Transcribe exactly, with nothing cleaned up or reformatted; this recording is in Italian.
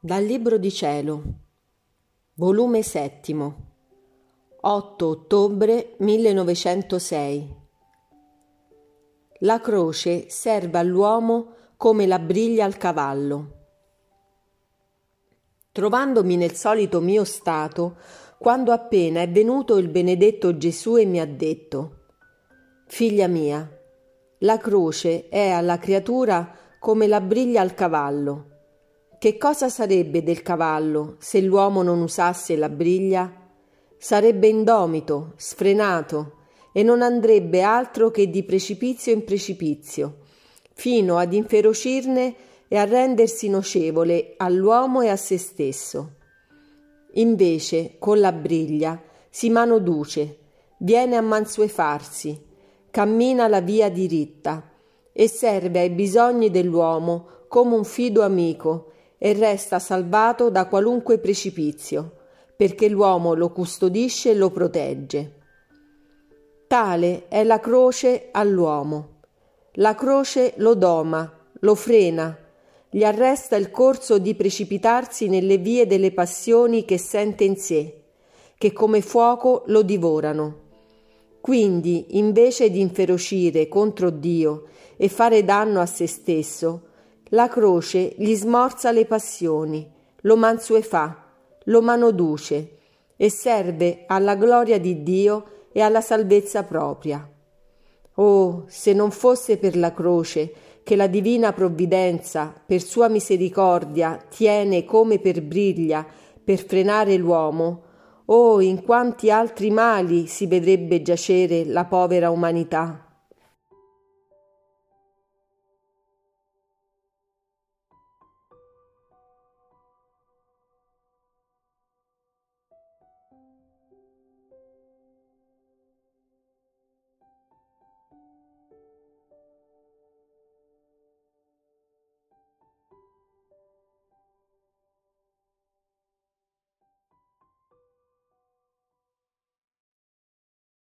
Dal Libro di Cielo, volume settimo, otto ottobre millenovecentosei. La croce serve all'uomo come la briglia al cavallo. Trovandomi nel solito mio stato, quando appena è venuto il benedetto Gesù e mi ha detto: «Figlia mia, la croce è alla creatura come la briglia al cavallo. Che cosa sarebbe del cavallo se l'uomo non usasse la briglia? Sarebbe indomito, sfrenato e non andrebbe altro che di precipizio in precipizio, fino ad inferocirne e a rendersi nocevole all'uomo e a se stesso. Invece, con la briglia si manoduce, viene a mansuefarsi, cammina la via diritta e serve ai bisogni dell'uomo come un fido amico e resta salvato da qualunque precipizio, perché l'uomo lo custodisce e lo protegge. Tale è la croce all'uomo. La croce lo doma, lo frena, gli arresta il corso di precipitarsi nelle vie delle passioni che sente in sé, che come fuoco lo divorano. Quindi, invece di inferocire contro Dio e fare danno a se stesso, la croce gli smorza le passioni, lo mansuefà, lo manoduce e serve alla gloria di Dio e alla salvezza propria. Oh, se non fosse per la croce che la divina provvidenza, per sua misericordia, tiene come per briglia per frenare l'uomo, oh, in quanti altri mali si vedrebbe giacere la povera umanità!